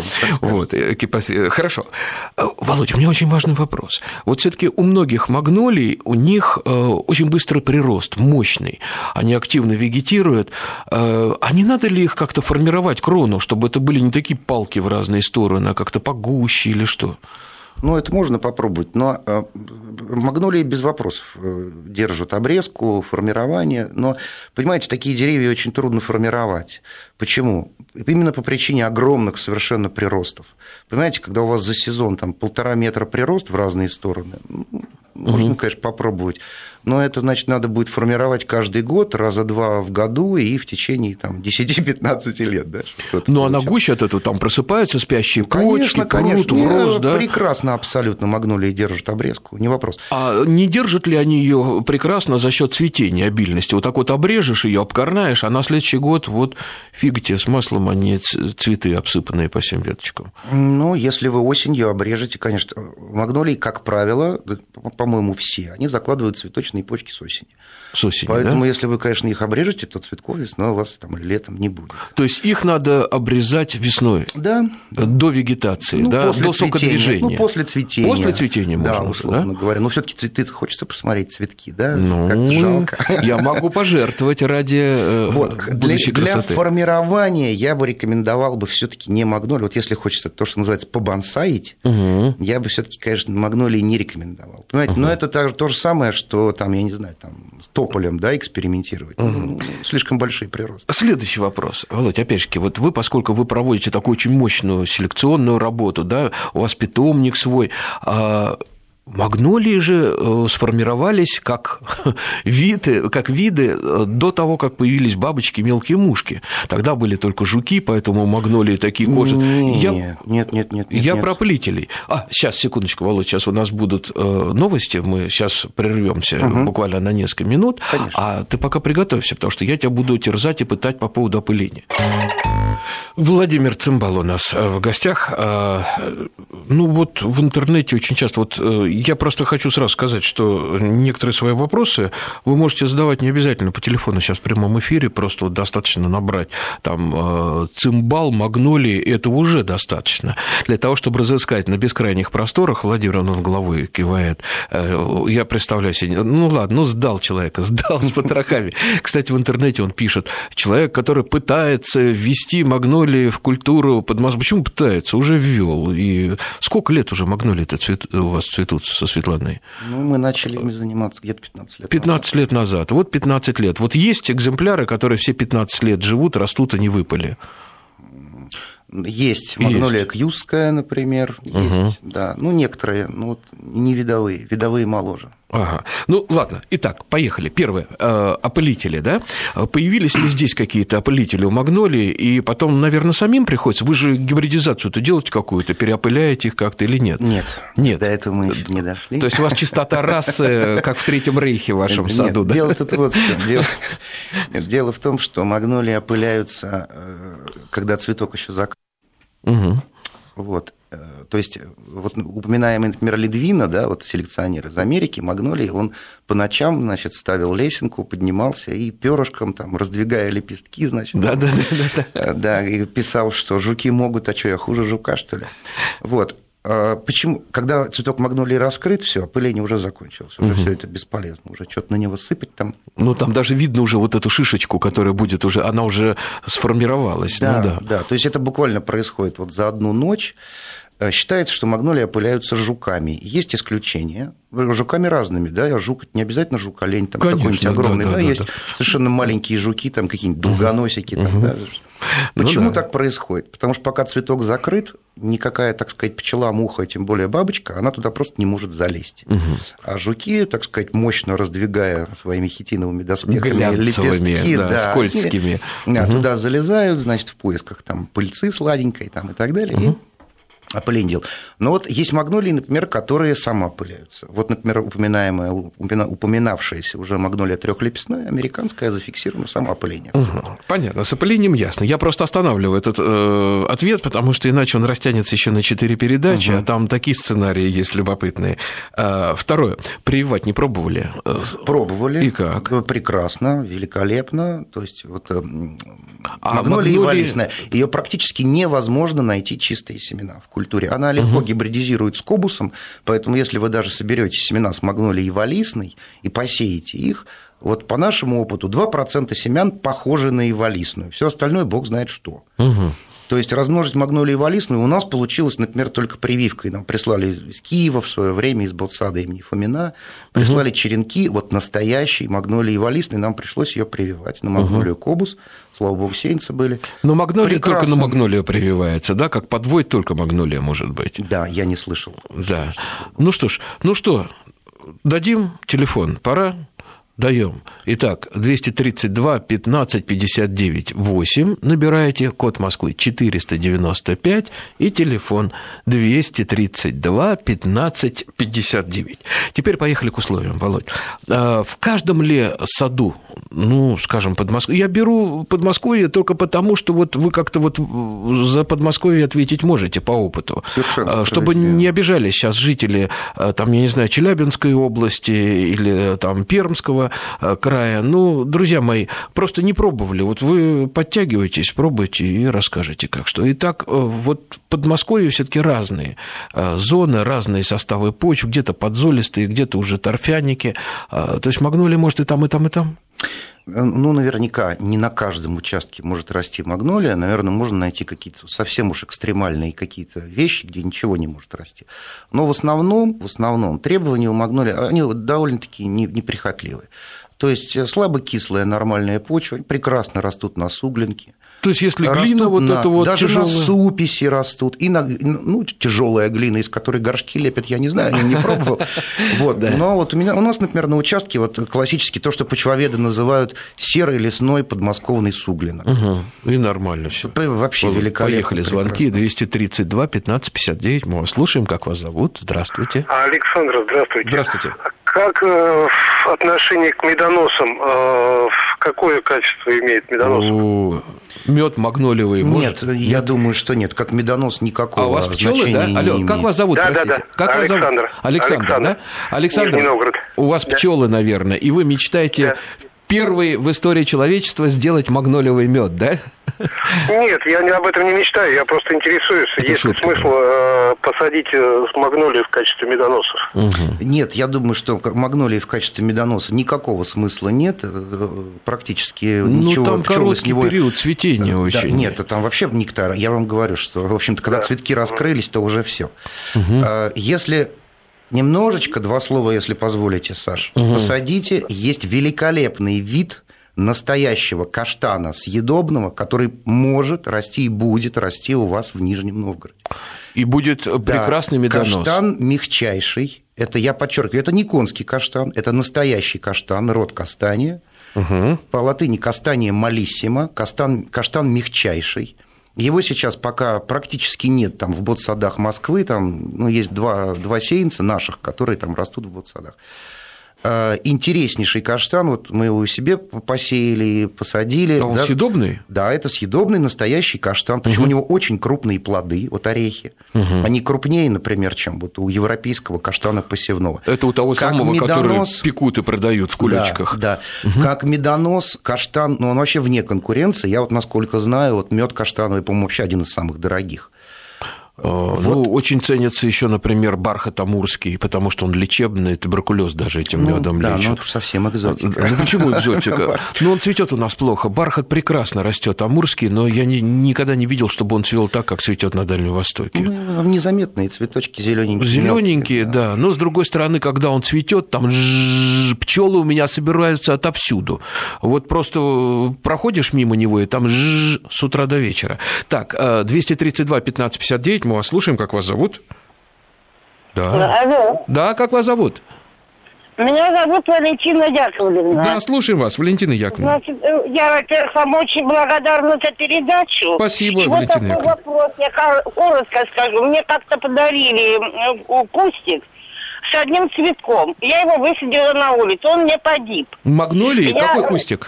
Speaker 1: Хорошо. Володя, у меня очень важный вопрос. Вот все-таки у многих магнолий, у них очень быстро прирост, мощный, они активно вегетируют, а не надо ли их как-то формировать, крону, чтобы это были не такие палки в разные стороны, а как-то погуще или что?
Speaker 2: Это можно попробовать, но магнолии без вопросов держат обрезку, формирование, но, понимаете, такие деревья очень трудно формировать. Почему? Именно по причине огромных совершенно приростов. Понимаете, когда у вас за сезон там 1,5 метра прирост в разные стороны, можно, конечно, попробовать, но это, значит, надо будет формировать каждый год, раза 2 в году и в течение 10-15 лет. Да,
Speaker 1: она гуще от этого, там просыпаются спящие почки, прут, рост, да?
Speaker 2: Прекрасно абсолютно магнолии держат обрезку, не вопрос.
Speaker 1: А не держат ли они ее прекрасно за счет цветения, обильности? Вот так вот обрежешь ее, обкорнаешь, а на следующий год вот фиг тебе с маслом, а не цветы, обсыпанные по всем веточкам.
Speaker 2: Если вы осенью обрежете, конечно, магнолии, как правило, по-моему, все, они закладывают цветочные почки с осени.
Speaker 1: С осени,
Speaker 2: поэтому,
Speaker 1: да?
Speaker 2: если вы, конечно, их обрежете, то цветков весной у вас там или летом не будет.
Speaker 1: То есть их надо обрезать весной?
Speaker 2: Да.
Speaker 1: До вегетации, да? До сокодвижения?
Speaker 2: После цветения.
Speaker 1: После цветения можно,
Speaker 2: да, условно говоря. Но все-таки цветы хочется посмотреть, цветки, да?
Speaker 1: Как-то жалко. Я могу пожертвовать ради будущей красоты.
Speaker 2: Для формирования я бы рекомендовал бы все-таки не магнолию. Вот если хочется то, что называется побонсаить, я бы все-таки, конечно, магнолии не рекомендовал. Понимаете, но это то же самое, что там, я не знаю, там с тополем, да, экспериментировать. Слишком большие приросты.
Speaker 1: Следующий вопрос. Володь, опять же, вот вы, поскольку вы проводите такую очень мощную селекционную работу, да, у вас питомник свой, магнолии же сформировались как виды до того, как появились бабочки, мелкие мушки. Тогда были только жуки, поэтому магнолии такие кожи.
Speaker 2: Нет.
Speaker 1: Я про пылителей. Сейчас, секундочку, Володь, сейчас у нас будут новости, мы сейчас прервемся буквально на несколько минут.
Speaker 2: Конечно.
Speaker 1: А ты пока приготовься, потому что я тебя буду терзать и пытать по поводу опыления. Владимир Цымбал у нас в гостях. Вот в интернете очень часто... Я просто хочу сразу сказать, что некоторые свои вопросы вы можете задавать не обязательно по телефону сейчас в прямом эфире, просто достаточно набрать там цимбал, магнолии, этого уже достаточно. Для того, чтобы разыскать на бескрайних просторах, Владимир над головой кивает, я представляю себе, сдал человека, сдал с потрохами. Кстати, в интернете он пишет, человек, который пытается ввести магнолии в культуру Подмосковья? Почему пытается? Уже ввел. И сколько лет уже магнолии-то у вас цветут со Светланой?
Speaker 2: Ну, мы начали ими заниматься где-то 15 лет
Speaker 1: 15 лет назад. Вот 15 лет. Вот есть экземпляры, которые все 15 лет живут, растут и не выпали?
Speaker 2: Есть. Магнолия кьюская, например, есть, да. Ну, некоторые, ну, вот не видовые, видовые моложе.
Speaker 1: Ага. Ну, ладно. Итак, поехали. Первое. Опылители, да? Появились ли здесь какие-то опылители у магнолии? И потом, наверное, самим приходится? Вы же гибридизацию-то делаете какую-то? Переопыляете их как-то или нет?
Speaker 2: Нет. До этого мы еще не дошли.
Speaker 1: То есть у вас чистота расы, как в Третьем Рейхе в вашем саду, да?
Speaker 2: Дело тут вот в чем. Дело в том, что магнолии опыляются, когда цветок еще закрыт.
Speaker 1: Угу.
Speaker 2: Вот. То есть, вот упоминаемый, например, Ледвина, да, вот селекционер из Америки, магнолии, он по ночам, значит, ставил лесенку, поднимался и перышком, там, раздвигая лепестки, значит, да, и писал, что жуки могут, а что, я хуже жука, что ли? Вот. Почему? Когда цветок магнолии раскрыт, все, опыление уже закончилось, уже все это бесполезно, уже что-то на него сыпать там.
Speaker 1: Ну, там даже видно уже вот эту шишечку, которая будет уже, она уже сформировалась.
Speaker 2: Да, то есть это буквально происходит вот за одну ночь. Считается, что магнолии опыляются жуками. Есть исключения. Жуками разными, да, жук, не обязательно жук-олень, там какой-нибудь огромный, да, есть совершенно маленькие жуки, там какие-нибудь долгоносики, там, да. Почему так происходит? Потому что пока цветок закрыт, никакая, так сказать, пчела, муха, тем более бабочка, она туда просто не может залезть. А жуки, так сказать, мощно раздвигая своими хитиновыми доспехами лепестки,
Speaker 1: да, скользкими,
Speaker 2: туда залезают, значит, в поисках там пыльцы сладенькой там, и так далее, опыление делают. Но вот есть магнолии, например, которые самоопыляются. Вот, например, упоминавшаяся уже магнолия трехлепестная, американская, зафиксирована самоопыление.
Speaker 1: Понятно, с опылением ясно. Я просто останавливаю этот ответ, потому что иначе он растянется еще на 4 передачи, а там такие сценарии есть любопытные. Второе. Прививать не пробовали?
Speaker 2: Пробовали.
Speaker 1: И как?
Speaker 2: Прекрасно, великолепно. То есть, вот магнолия ивалистная, ее практически невозможно найти чистые семена в культуре. Она легко гибридизирует с кобусом, поэтому если вы даже соберете семена с магнолией ивалистной и посеете их, вот по нашему опыту 2% семян похожи на ивалистную, все остальное бог знает что. То есть размножить магнолию ивалистную у нас получилось, например, только прививкой. Нам прислали из Киева в свое время, из ботсада имени Фомина, прислали черенки вот настоящей магнолии ивалистной, нам пришлось ее прививать на магнолию кобус, слава богу, сеянцы были.
Speaker 1: Но магнолия только на магнолию прививается, да, как подвой только магнолия может быть.
Speaker 2: Да, я не слышал.
Speaker 1: Да. Ну что, дадим телефон, пора? Даем. Итак, 232 15 59 8 набираете, код Москвы 495 и телефон 232 15 59. Теперь поехали к условиям, Володь. В каждом ли саду, ну, скажем, Подмосковье, я беру Подмосковье только потому, что вот вы как-то вот за Подмосковье ответить можете по опыту, чтобы не обижались сейчас жители, там, я не знаю, Челябинской области или там Пермского края. Ну, друзья мои, просто не пробовали. Вот вы подтягиваетесь, пробуйте и расскажете, как что. Итак, вот Подмосковье все-таки разные зоны, разные составы почв, где-то подзолистые, где-то уже торфяники. То есть магнолия может и там, и там, и там?
Speaker 2: Ну, наверняка не на каждом участке может расти магнолия. Наверное, можно найти какие-то совсем уж экстремальные какие-то вещи, где ничего не может расти. Но в основном требования у магнолии, они довольно-таки неприхотливые. То есть слабокислая нормальная почва, прекрасно растут на суглинке.
Speaker 1: То есть, если глина вот эта вот
Speaker 2: даже
Speaker 1: тяжелая...
Speaker 2: на суписи растут, и тяжелая глина, из которой горшки лепят, я не знаю, я не пробовал. Вот. Да. Но вот у нас, например, на участке вот классически то, что почвоведы называют серый лесной подмосковный суглинок.
Speaker 1: И нормально все.
Speaker 2: Вообще великолепно.
Speaker 1: Поехали звонки, 232 15 59, мы вас слушаем, как вас зовут, здравствуйте.
Speaker 3: Александр, здравствуйте.
Speaker 1: Здравствуйте.
Speaker 3: Как отношение к медоносам, какое качество имеет медонос?
Speaker 1: Мед магнолиевый может?
Speaker 2: Нет, я думаю, что нет. Как медонос никакого
Speaker 1: у вас пчелы, да? Алло, как вас зовут?
Speaker 3: Да.
Speaker 1: Как
Speaker 3: Александр.
Speaker 1: Вас зовут? Александр, да? Александр,
Speaker 3: Нижний Новгород.
Speaker 1: У вас пчелы, наверное, и вы мечтаете первый в истории человечества сделать магнолиевый мед, да?
Speaker 3: Нет, я об этом не мечтаю, я просто интересуюсь,
Speaker 1: Это
Speaker 3: есть ли
Speaker 1: шутка.
Speaker 3: смысл посадить магнолию в качестве медоносов.
Speaker 2: Нет, я думаю, что магнолии в качестве медоноса никакого смысла нет, практически ничего.
Speaker 1: Там
Speaker 2: пчелы
Speaker 1: короткий период цветения очень.
Speaker 2: Да, нет, там вообще нектар. Я вам говорю, что, в общем-то, когда цветки раскрылись, то уже все. Если немножечко, два слова, если позволите, Саш, посадите, есть великолепный вид настоящего каштана съедобного, который может расти и будет расти у вас в Нижнем Новгороде.
Speaker 1: И будет прекрасный медонос.
Speaker 2: Каштан мягчайший, это я подчеркиваю, это не конский каштан, это настоящий каштан, род кастания. По латыни кастания малиссима, каштан мягчайший. Его сейчас пока практически нет там в ботсадах Москвы, там есть два сеянца наших, которые там растут в ботсадах. Интереснейший каштан, вот мы его у себя посеяли и посадили.
Speaker 1: А он съедобный?
Speaker 2: Да, это съедобный настоящий каштан, причем у него очень крупные плоды, вот орехи. Они крупнее, например, чем вот у европейского каштана посевного.
Speaker 1: Это у того самого, который пекут и продают в кулечках.
Speaker 2: Да. Как медонос, каштан, он вообще вне конкуренции. Я вот, насколько знаю, вот мед каштановый, по-моему, вообще один из самых дорогих.
Speaker 1: Очень ценится еще, например, бархат амурский, потому что он лечебный, туберкулез даже этим медом лечит.
Speaker 2: Да, это уж совсем экзотика.
Speaker 1: Почему экзотика? Он цветет у нас плохо. Бархат прекрасно растет амурский, но я никогда не видел, чтобы он цвел так, как цветет на Дальнем Востоке.
Speaker 2: Незаметные цветочки зелененькие.
Speaker 1: Зелененькие, да. Но с другой стороны, когда он цветет, там пчелы у меня собираются отовсюду. Вот просто проходишь мимо него, и там с утра до вечера. Так, 232-1559. Мы вас слушаем, как вас зовут? Да.
Speaker 4: Алло.
Speaker 1: Да, как вас зовут?
Speaker 4: Меня зовут Валентина Яковлевна.
Speaker 1: Да, слушаем вас, Валентина Яковлевна.
Speaker 4: Значит, я, во-первых, вам очень благодарна за передачу.
Speaker 1: Спасибо,
Speaker 4: и
Speaker 1: Валентина
Speaker 4: вот такой вопрос, я коротко скажу. Мне как-то подарили кустик с одним цветком. Я его высадила на улицу, он мне погиб.
Speaker 1: Магнолии? Какой кустик?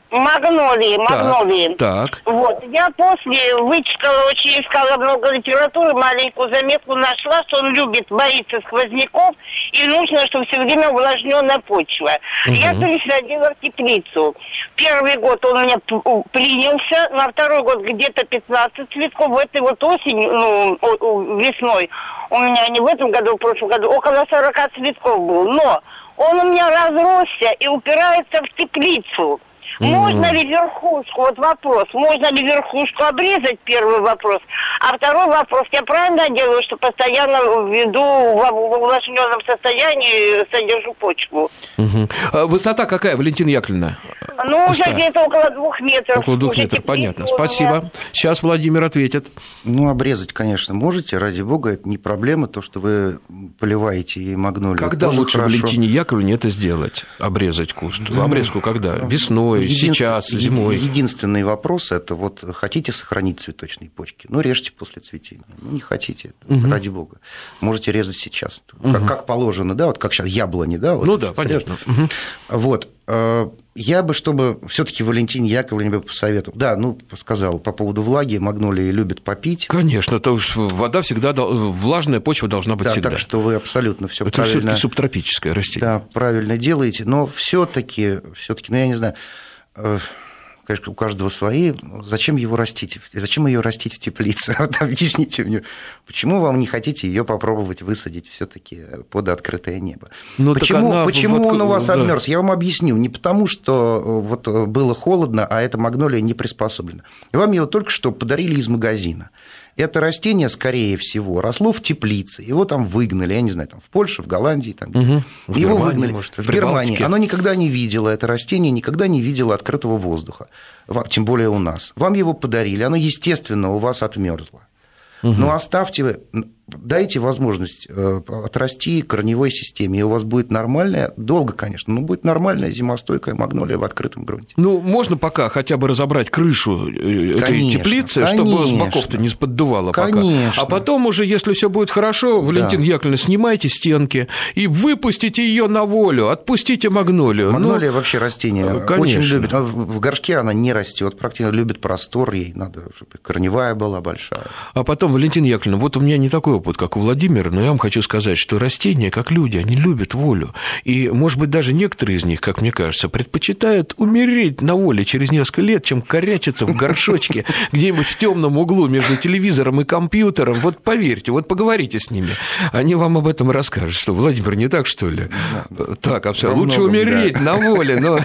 Speaker 4: Магнолии.
Speaker 1: Так.
Speaker 4: Вот, я после вычитала, очень искала много литературы, маленькую заметку нашла, что он боится сквозняков, и нужно, чтобы все время увлажненная почва. Я пересадила в теплицу. Первый год он у меня принялся, на второй год где-то 15 цветков, в этой вот осенью, весной, у меня не в этом году, в прошлом году, около 40 цветков было, но он у меня разросся и упирается в теплицу. Можно ли верхушку, вот вопрос, можно ли верхушку обрезать, первый вопрос, а второй вопрос, я правильно делаю, что постоянно введу в увлажненном состоянии содержу почву?
Speaker 1: Высота какая, Валентина Яковлевна?
Speaker 4: Уже где-то около 2 метров.
Speaker 1: Около 2 метров, понятно, спасибо. Сейчас Владимир ответит.
Speaker 2: Обрезать, конечно, можете, ради бога, это не проблема, то, что вы поливаете и магнолию.
Speaker 1: Когда лучше Валентине Яковлевне это сделать, обрезать куст? Обрезку когда? Весной, сейчас, зимой?
Speaker 2: Единственный вопрос – это вот хотите сохранить цветочные почки, режьте после цветения. Не хотите, ради бога. Можете резать сейчас, как положено, да, вот как сейчас яблони, да? Вот
Speaker 1: да, понятно.
Speaker 2: Вот. Я бы, чтобы все-таки Валентине Яковлевне бы посоветовал. Да, сказал по поводу влаги, магнолии любят попить.
Speaker 1: Конечно, это уж вода всегда, влажная почва должна быть всегда.
Speaker 2: Так что вы абсолютно все
Speaker 1: это
Speaker 2: правильно.
Speaker 1: Это все-таки субтропическое растение.
Speaker 2: Да, правильно делаете, но все-таки, я не знаю. Конечно, у каждого свои. Зачем его растить? Зачем ее растить в теплице? Вот объясните мне, почему вам не хотите ее попробовать высадить все-таки под открытое небо? Почему он у вас обмерз? Я вам объясню. Не потому, что вот было холодно, а эта магнолия не приспособлена. Вам его только что подарили из магазина. Это растение, скорее всего, росло в теплице. Его там выгнали, я не знаю, там в Польше, в Голландии. Там, его выгнали в Германии. Оно никогда не видело, это растение никогда не видело открытого воздуха. Тем более у нас. Вам его подарили, оно, естественно, у вас отмерзло. Но оставьте, дайте возможность отрасти корневой системе, и у вас будет нормальная, долго, конечно, но будет нормальная зимостойкая магнолия в открытом грунте.
Speaker 1: Можно пока хотя бы разобрать крышу этой теплицы, чтобы с боков-то не поддувало пока. А потом уже, если все будет хорошо, Валентина Яковлевна, снимайте стенки и выпустите ее на волю, отпустите магнолию.
Speaker 2: Магнолия вообще растение очень любит. В горшке она не растет, практически любит простор, ей надо, чтобы корневая была большая.
Speaker 1: А потом, Валентина Яковлевна, вот у меня не такой опыт, как у Владимира, но я вам хочу сказать, что растения, как люди, они любят волю. И, может быть, даже некоторые из них, как мне кажется, предпочитают умереть на воле через несколько лет, чем корячиться в горшочке где-нибудь в темном углу между телевизором и компьютером. Вот поверьте, вот поговорите с ними. Они вам об этом расскажут, что, Владимир, не так, что ли? Так, абсолютно. Лучше умереть на воле, но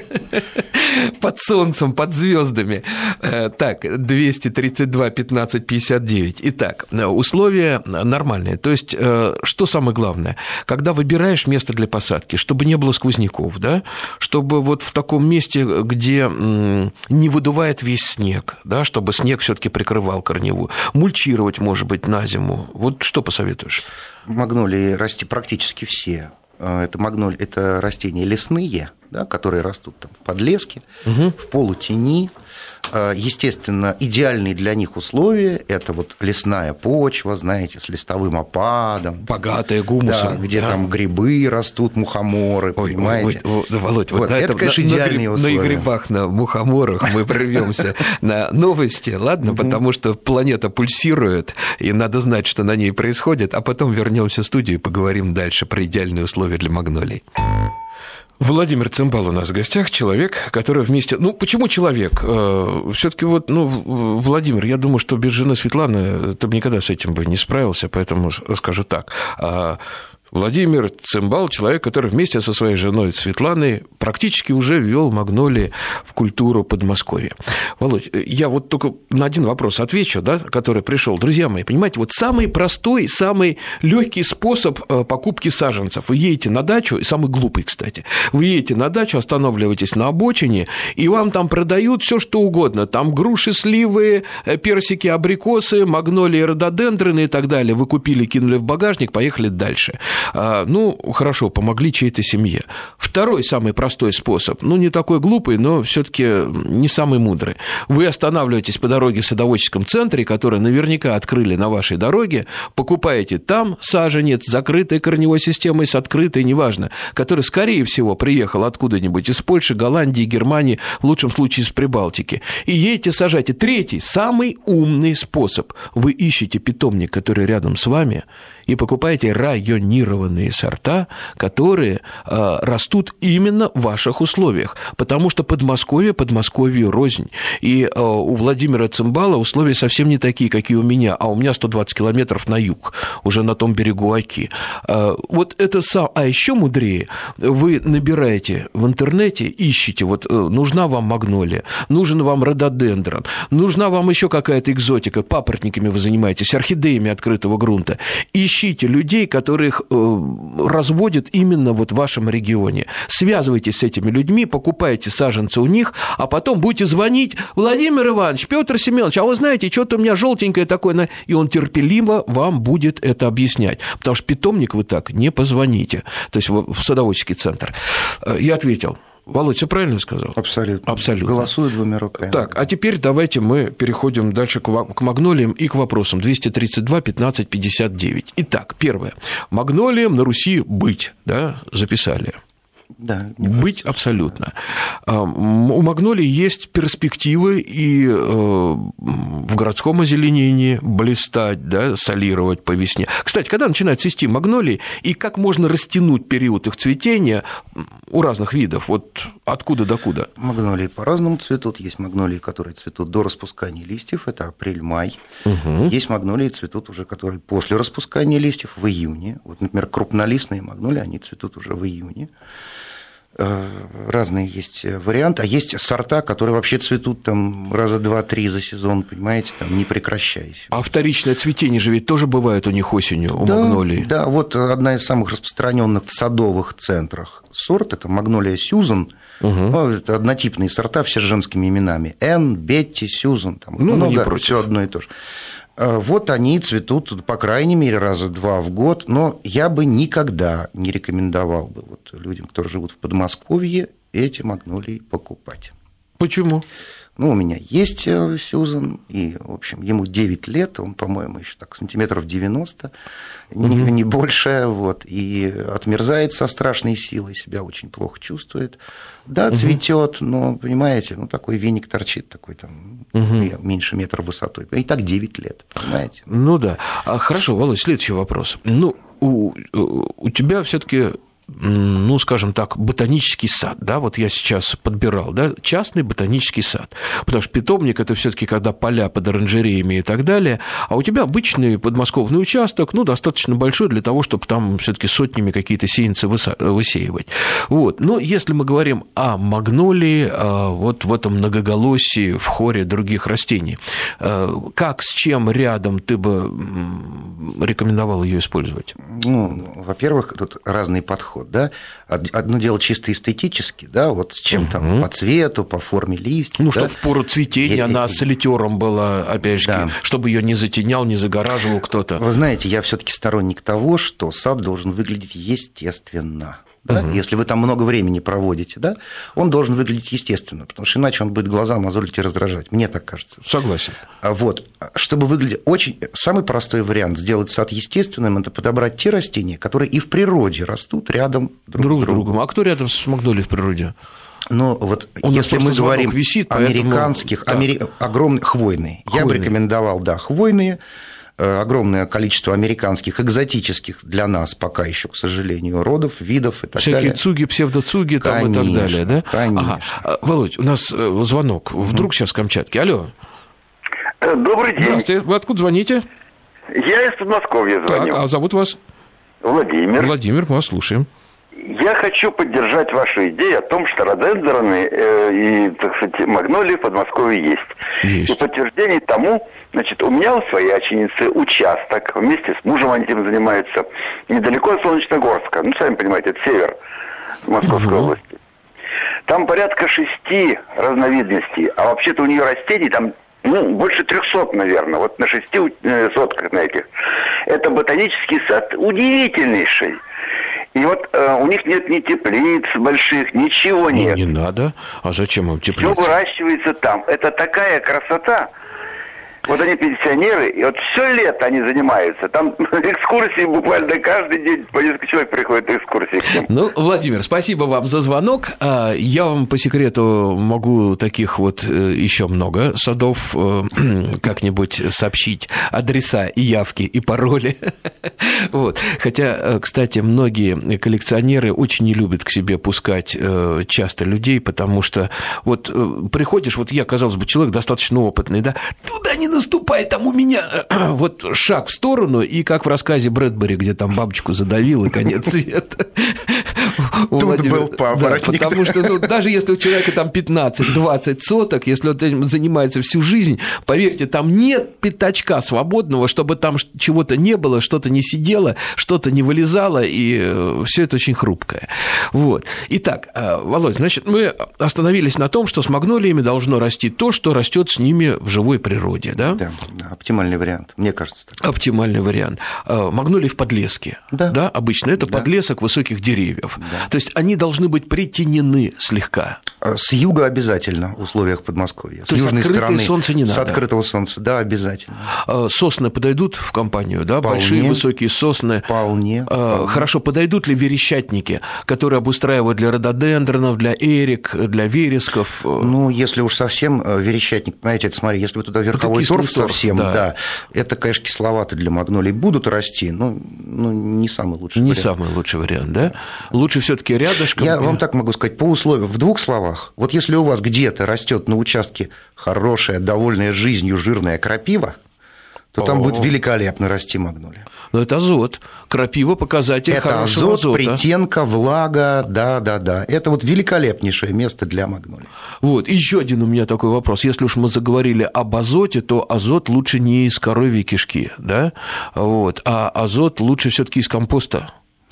Speaker 1: под солнцем, под звездами. Так, 232 15 59. Итак, условия нормальные. То есть, что самое главное? Когда выбираешь место для посадки, чтобы не было сквозняков, да? Чтобы вот в таком месте, где не выдувает весь снег, да? Чтобы снег все-таки прикрывал корневую. Мульчировать, может быть, на зиму. Вот что посоветуешь?
Speaker 2: Магнолии расти практически все. Это растения лесные, да, которые растут там в подлеске, в полутени. Естественно, идеальные для них условия – это вот лесная почва, знаете, с листовым опадом.
Speaker 1: Богатая гумусом.
Speaker 2: Да, где там грибы растут, мухоморы, понимаете?
Speaker 1: Володь,
Speaker 2: вот это, конечно, идеальные условия.
Speaker 1: На грибах, на мухоморах мы прервемся на новости, ладно? Потому что планета пульсирует, и надо знать, что на ней происходит, а потом вернемся в студию и поговорим дальше про идеальные условия для магнолий. Владимир Цымбал у нас в гостях, человек, который вместе... Ну, почему человек? Все-таки вот, Владимир, я думаю, что без жены Светланы ты бы никогда с этим бы не справился, поэтому скажу так. Владимир Цымбал, человек, который вместе со своей женой Светланой практически уже ввел магнолии в культуру Подмосковья. Володь, я вот только на один вопрос отвечу, да, который пришел. Друзья мои, понимаете, вот самый простой, самый легкий способ покупки саженцев. Вы едете на дачу, и самый глупый, кстати, вы едете на дачу, останавливаетесь на обочине, и вам там продают все что угодно. Там груши, сливы, персики, абрикосы, магнолии, рододендроны и так далее. Вы купили, кинули в багажник, поехали дальше. Ну, хорошо, помогли чьей-то семье. Второй самый простой способ, не такой глупый, но все-таки не самый мудрый. Вы останавливаетесь по дороге в садоводческом центре, который наверняка открыли на вашей дороге, покупаете там саженец с закрытой корневой системой, с открытой, неважно, который, скорее всего, приехал откуда-нибудь из Польши, Голландии, Германии, в лучшем случае из Прибалтики, и едете, сажаете. Третий, самый умный способ. Вы ищете питомник, который рядом с вами, и покупаете районированные сорта, которые растут именно в ваших условиях, потому что Подмосковью рознь. И у Владимира Цымбала условия совсем не такие, какие у меня, а у меня 120 километров на юг, уже на том берегу Оки. Вот это А еще мудрее, вы набираете в интернете, ищете, вот нужна вам магнолия, нужен вам рододендрон, нужна вам еще какая-то экзотика, папоротниками вы занимаетесь, орхидеями открытого грунта, ищите людей, которых разводят именно вот в вашем регионе. Связывайтесь с этими людьми, покупайте саженцы у них, а потом будете звонить: Владимир Иванович, Петр Семенович, а вы знаете, что-то у меня желтенькое такое, и он терпеливо вам будет это объяснять, потому что питомник вы так не позвоните, то есть в садоводческий центр. Я ответил. Володь, все правильно сказал?
Speaker 2: Абсолютно.
Speaker 1: Абсолютно.
Speaker 2: Голосую двумя руками.
Speaker 1: Так, а теперь давайте мы переходим дальше к магнолиям и к вопросам. 232 15 59. Итак, первое. Магнолиям на Руси быть, да, записали.
Speaker 2: Да,
Speaker 1: быть абсолютно. У магнолий есть перспективы и в городском озеленении блистать, да, солировать по весне. Кстати, когда начинают цвести магнолии, и как можно растянуть период их цветения у разных видов, вот откуда до куда?
Speaker 2: Магнолии по-разному цветут. Есть магнолии, которые цветут до распускания листьев, это апрель-май. Угу. Есть магнолии, цветут уже, которые после распускания листьев, в июне. Вот, например, крупнолистные магнолии, они цветут уже в июне. Разные есть варианты, а есть сорта, которые вообще цветут там раза 2-3 за сезон, понимаете, там не прекращаясь.
Speaker 1: А вторичное цветение же ведь тоже бывает у них осенью, у магнолий.
Speaker 2: Да, вот одна из самых распространенных в садовых центрах сорт – это магнолия Сьюзан. Угу. Это однотипные сорта, все с женскими именами. Энн, Бетти, Сьюзан, там много, все одно и то же. Вот они цветут, по крайней мере, раза 2 в год, но я бы никогда не рекомендовал бы людям, которые живут в Подмосковье, эти магнолии покупать.
Speaker 1: Почему?
Speaker 2: Ну, у меня есть Сьюзен, и, в общем, ему 9 лет, он, по-моему, еще так сантиметров 90, не больше, вот, и отмерзает со страшной силой, себя очень плохо чувствует. Да, цветет, но, понимаете, ну, такой веник торчит, такой там меньше метра высотой. И так 9 лет, понимаете?
Speaker 1: Ну да. Хорошо, Володь, следующий вопрос. Ну, у тебя все-таки, ну, скажем так, ботанический сад, да, вот я сейчас подбирал, да, частный ботанический сад, потому что питомник – это все-таки когда поля под оранжереями и так далее, а у тебя обычный подмосковный участок, ну, достаточно большой для того, чтобы там все-таки сотнями какие-то сеянцы высеивать. Вот. Но если мы говорим о магнолии, вот в этом многоголосии, в хоре других растений, как, с чем рядом ты бы рекомендовал ее использовать?
Speaker 2: Ну, во-первых, тут разный подход. Да? Одно дело чисто эстетически, да, вот с чем там по цвету, по форме листьев.
Speaker 1: Ну,
Speaker 2: да?
Speaker 1: чтобы в пору цветения она солитером была, опять же,
Speaker 2: да.
Speaker 1: Чтобы ее не затенял, не загораживал кто-то.
Speaker 2: Вы знаете, я все-таки сторонник того, что сад должен выглядеть естественно. Да? Если вы там много времени проводите, да, он должен выглядеть естественно, потому что иначе он будет глаза мозолить и раздражать. Мне так кажется.
Speaker 1: Согласен.
Speaker 2: Вот. Чтобы выглядеть самый простой вариант сделать сад естественным – это подобрать те растения, которые и в природе растут рядом друг с другом.
Speaker 1: А кто рядом с магнолией в природе?
Speaker 2: Ну, вот если мы говорим американских, огромных хвойные, я бы рекомендовал, да, хвойные. Огромное количество американских, экзотических для нас пока еще, к сожалению, родов, видов и так
Speaker 1: всякие
Speaker 2: далее.
Speaker 1: Всякие цуги, псевдоцуги там и так далее, да?
Speaker 2: Конечно.
Speaker 1: Ага. Володь, у нас звонок. Вдруг сейчас Камчатки. Алло.
Speaker 3: Добрый день.
Speaker 1: Здравствуйте. Вы откуда звоните?
Speaker 3: Я из Подмосковья звоню.
Speaker 1: Так, а зовут вас?
Speaker 3: Владимир.
Speaker 1: Владимир, мы вас слушаем.
Speaker 3: Я хочу поддержать вашу идею о том, что рододендроны и, так сказать, магнолии в Подмосковье есть. И подтверждение тому, значит, у меня у свояченицы участок, вместе с мужем они этим занимаются, недалеко от Солнечногорска, ну, сами понимаете, это север Московской области. Там порядка 6 разновидностей, а вообще-то у нее растений там, ну, больше 300, наверное, вот на 6 сотках на этих. Это ботанический сад удивительнейший. И вот у них нет ни теплиц больших, ничего нет.
Speaker 1: Не надо. А зачем им теплицы?
Speaker 3: Все выращивается там. Это такая красота. Вот они пенсионеры, и вот все лето они занимаются. Там экскурсии буквально каждый день, по несколько человек приходят на экскурсии.
Speaker 1: Ну, Владимир, спасибо вам за звонок. Я вам по секрету могу таких вот еще много садов как-нибудь сообщить, адреса и явки, и пароли. Вот. Хотя, кстати, многие коллекционеры очень не любят к себе пускать часто людей, потому что вот приходишь, вот я, казалось бы, человек достаточно опытный, да, туда не наступай, там у меня вот шаг в сторону, и как в рассказе Брэдбери, где там бабочку задавил, и конец света.
Speaker 2: Тут был папоротник.
Speaker 1: Да, потому что, ну, даже если у человека там 15-20 соток, если он этим занимается всю жизнь, поверьте, там нет пятачка свободного, чтобы там чего-то не было, что-то не сидело, что-то не вылезало, и все это очень хрупкое. Вот. Итак, Володь, значит, мы остановились на том, что с магнолиями должно расти то, что растет с ними в живой природе, да?
Speaker 2: Да, оптимальный вариант, мне кажется. Так.
Speaker 1: Оптимальный вариант. Магнолии в подлеске, да, обычно это подлесок высоких деревьев. Да. То есть они должны быть притенены слегка.
Speaker 2: С юга обязательно в условиях Подмосковья.
Speaker 1: То есть
Speaker 2: южной стороны
Speaker 1: солнца не надо.
Speaker 2: С открытого солнца, да, обязательно.
Speaker 1: Сосны подойдут в компанию, да?
Speaker 2: Вполне,
Speaker 1: большие высокие сосны.
Speaker 2: Вполне.
Speaker 1: Хорошо, подойдут ли верещатники, которые обустраивают для рододендронов, для эрик, для вересков?
Speaker 2: Ну, если уж совсем верещатник, понимаете, это, смотри, если вы туда верховой торф совсем, да, это, конечно, кисловато для магнолий. Будут расти, но не самый лучший вариант.
Speaker 1: Не самый лучший вариант, да? Лучше все-таки рядышком.
Speaker 2: Я вам так могу сказать, по условиям, в 2 словах. Вот если у вас где-то растет на участке хорошая, довольная жизнью жирная крапива, то там будет великолепно расти магнолия.
Speaker 1: Но это азот. Крапива – показатель хорошего азота.
Speaker 2: Это азот, притенка, влага, да. Это вот великолепнейшее место для магнолии.
Speaker 1: Вот, еще один у меня такой вопрос. Если уж мы заговорили об азоте, то азот лучше не из коровьей кишки, да? Вот, а азот лучше все-таки из компоста.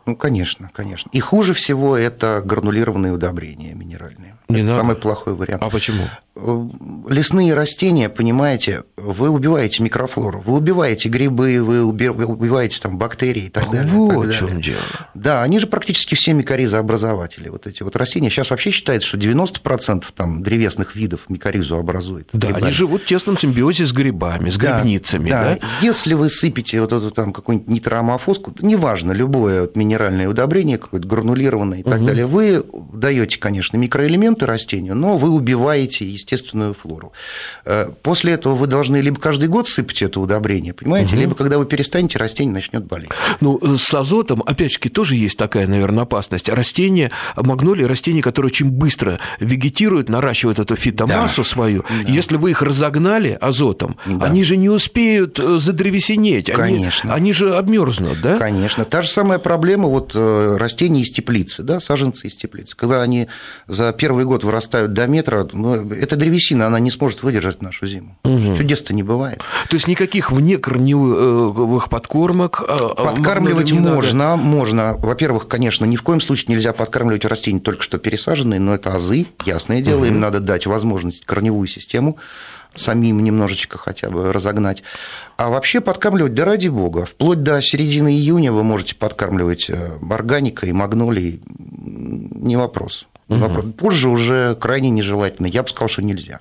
Speaker 2: Ну, конечно. И хуже всего это гранулированные удобрения минеральные. Это самый плохой вариант.
Speaker 1: А почему?
Speaker 2: Лесные растения, понимаете, вы убиваете микрофлору, вы убиваете грибы, вы убиваете там бактерии и так далее.
Speaker 1: Вот в чем дело.
Speaker 2: Да, они же практически все микоризообразователи, вот эти вот растения. Сейчас вообще считается, что 90% там древесных видов микоризу образует.
Speaker 1: Да,
Speaker 2: грибами.
Speaker 1: они живут в тесном симбиозе с грибами, с грибницами. Да.
Speaker 2: Если вы сыпете вот эту там какую-нибудь нитроамофоску, неважно, любое вот минеральное удобрение, какое-то гранулированное и так далее, вы даете, конечно, микроэлементы растению, но вы убиваете естественную флору. После этого вы должны либо каждый год сыпать это удобрение, понимаете, либо когда вы перестанете, растение начнет болеть.
Speaker 1: Ну, с азотом, опять-таки, тоже есть такая, наверное, опасность. Растения, магнолии, растения, которые очень быстро вегетируют, наращивают эту фитомассу свою. Да. Если вы их разогнали азотом, они же не успеют задревесенеть.
Speaker 2: Конечно.
Speaker 1: Они же обмерзнут, да?
Speaker 2: Конечно. Та же самая проблема вот растений из теплицы, да, саженцы из теплицы. Когда они за первый год вырастают до метра, эта древесина, она не сможет выдержать нашу зиму. Чудес-то не бывает.
Speaker 1: То есть никаких внекорневых подкормок
Speaker 2: подкармливать можно. Во-первых, конечно, ни в коем случае нельзя подкармливать растения только что пересаженные, но это азы, ясное дело, им надо дать возможность корневую систему самим немножечко хотя бы разогнать. А вообще подкармливать, да ради бога, вплоть до середины июня вы можете подкармливать органикой, магнолией, не вопрос. Позже уже крайне нежелательно, я бы сказал, что нельзя.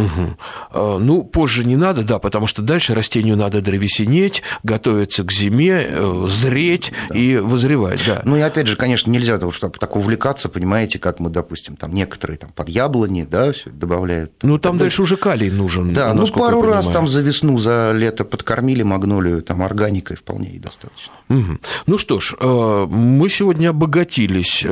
Speaker 1: Ну, позже не надо, да, потому что дальше растению надо древесенеть, готовиться к зиме, зреть и вызревать, да.
Speaker 2: Ну, и опять же, конечно, нельзя так увлекаться, понимаете, как мы, допустим, там некоторые там под яблони, да, все добавляют.
Speaker 1: Ну, там дальше уже калий нужен.
Speaker 2: Да, ну, пару раз там за весну, за лето подкормили магнолию, там органикой вполне и достаточно.
Speaker 1: Ну что ж, мы сегодня обогатились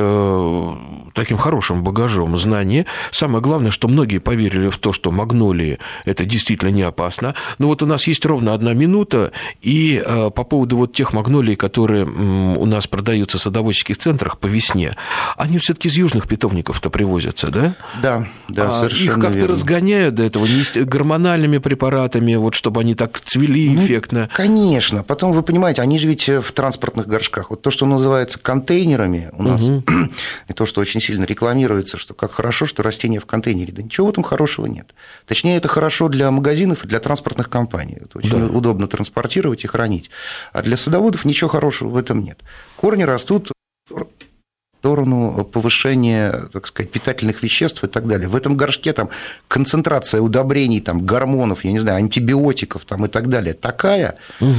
Speaker 1: таким хорошим багажом знаний. Самое главное, что многие поверили в то, что магнолии – это действительно не опасно. Но вот у нас есть ровно 1 минута, и по поводу вот тех магнолий, которые у нас продаются в садоводческих центрах по весне, они все-таки из южных питомников-то привозятся, да?
Speaker 2: Да, совершенно
Speaker 1: их как-то
Speaker 2: верно.
Speaker 1: разгоняют до этого гормональными препаратами, вот, чтобы они так цвели эффектно.
Speaker 2: Конечно. Потом, вы понимаете, они же ведь в транспортных горшках. Вот то, что называется контейнерами у нас, и то, что очень сильно рекламируется, что как хорошо, что растения в контейнере. Да ничего в этом хорошего нет. Точнее, это хорошо для магазинов и для транспортных компаний. Это очень удобно транспортировать и хранить. А для садоводов ничего хорошего в этом нет. Корни растут в сторону повышения, так сказать, питательных веществ и так далее. В этом горшке там концентрация удобрений, там, гормонов, я не знаю, антибиотиков там, и так далее такая,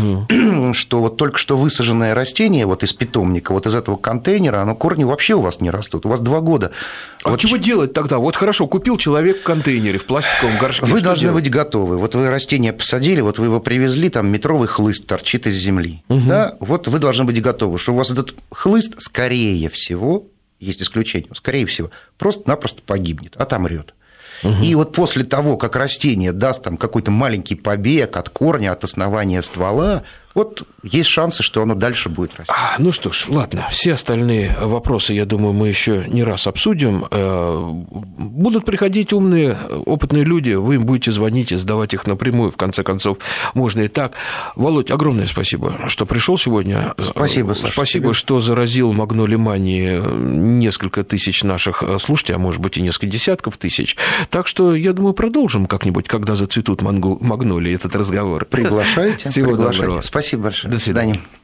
Speaker 2: что вот только что высаженное растение вот из питомника, вот из этого контейнера, оно корни вообще у вас не растут. У вас 2 года.
Speaker 1: А вот чего делать тогда? Вот хорошо, купил человек в контейнере, в пластиковом горшке.
Speaker 2: Вы должны быть готовы. Вот вы растение посадили, вот вы его привезли, там метровый хлыст торчит из земли. Да? Вот вы должны быть готовы, что у вас этот хлыст, скорее всего, есть исключение, скорее всего, просто-напросто погибнет, отомрет. И вот после того, как растение даст там какой-то маленький побег от корня, от основания ствола, вот есть шансы, что оно дальше будет расти.
Speaker 1: Ну что ж, ладно, все остальные вопросы, я думаю, мы еще не раз обсудим. Будут приходить умные, опытные люди, вы им будете звонить и задавать их напрямую, в конце концов, можно и так. Володь, огромное спасибо, что пришел сегодня.
Speaker 2: Спасибо, Саша.
Speaker 1: Спасибо, что заразил магнолиманией несколько тысяч наших слушателей, а может быть и несколько десятков тысяч. Так что, я думаю, продолжим как-нибудь, когда зацветут магнолии, этот разговор.
Speaker 2: Приглашайте.
Speaker 1: Всего доброго.
Speaker 2: Спасибо большое.
Speaker 1: До свидания.